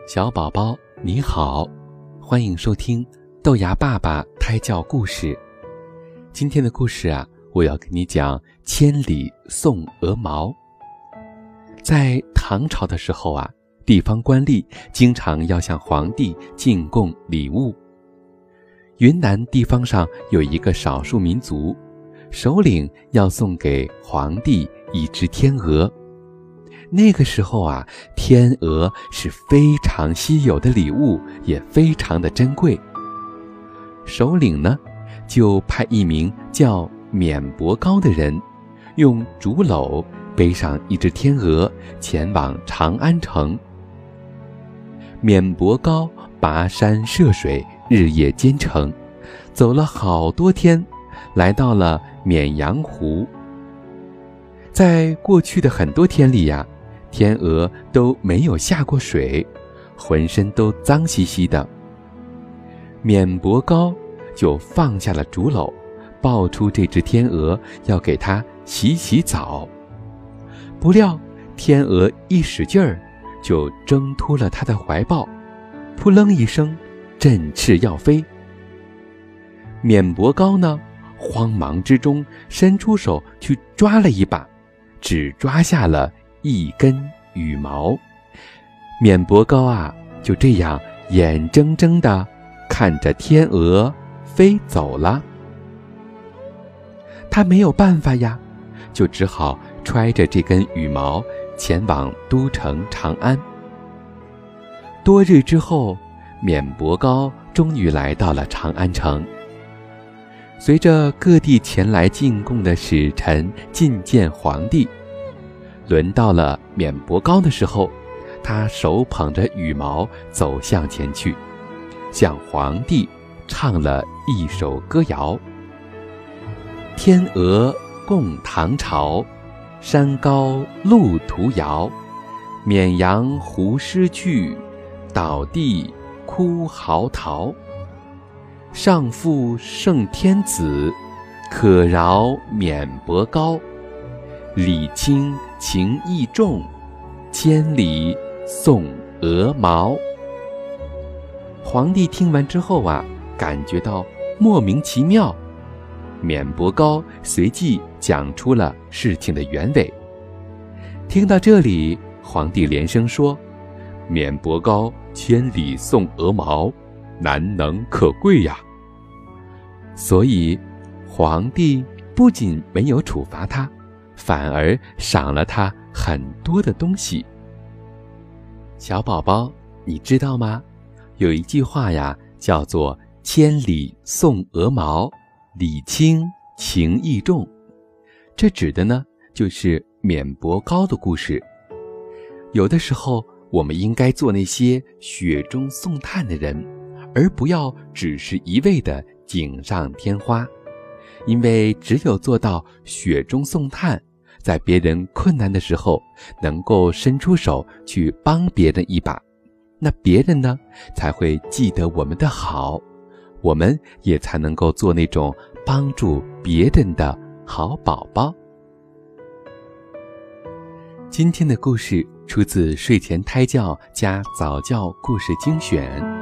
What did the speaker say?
小宝宝你好，欢迎收听豆芽爸爸胎教故事。今天的故事我要跟你讲千里送鹅毛。在唐朝的时候地方官吏经常要向皇帝进贡礼物。云南地方上有一个少数民族，首领要送给皇帝一只天鹅。那个时候天鹅是非常稀有的礼物，也非常的珍贵。首领呢，就派一名叫免伯高的人，用竹篓背上一只天鹅，前往长安城。免伯高跋山涉水，日夜兼程，走了好多天，来到了沔阳湖。在过去的很多天里天鹅都没有下过水，浑身都脏兮兮的。免伯高就放下了竹篓，抱出这只天鹅，要给它洗洗澡。不料天鹅一使劲儿，就挣脱了他的怀抱，扑棱一声，振翅要飞。免伯高呢，慌忙之中伸出手去抓了一把，只抓下了一根羽毛。免伯高就这样眼睁睁地看着天鹅飞走了。他没有办法就只好揣着这根羽毛前往都城长安。多日之后，免伯高终于来到了长安城。随着各地前来进贡的使臣觐见皇帝，轮到了免伯高的时候，他手捧着羽毛走向前去，向皇帝唱了一首歌谣：天鹅共唐朝，山高路途遥，沔阳湖失去，倒地哭嚎啕。上负圣天子，可饶免伯高，礼轻情意重，千里送鹅毛。皇帝听完之后感觉到莫名其妙。免伯高随即讲出了事情的原委。听到这里，皇帝连声说：免伯高千里送鹅毛，难能可贵呀。所以皇帝不仅没有处罚他，反而赏了他很多的东西。小宝宝，你知道吗？有一句话叫做千里送鹅毛，礼轻情意重。这指的呢，就是免伯高的故事。有的时候我们应该做那些雪中送炭的人，而不要只是一味的锦上添花。因为只有做到雪中送炭，在别人困难的时候能够伸出手去帮别人一把，那别人呢才会记得我们的好，我们也才能够做那种帮助别人的好宝宝。今天的故事出自睡前胎教加早教故事精选。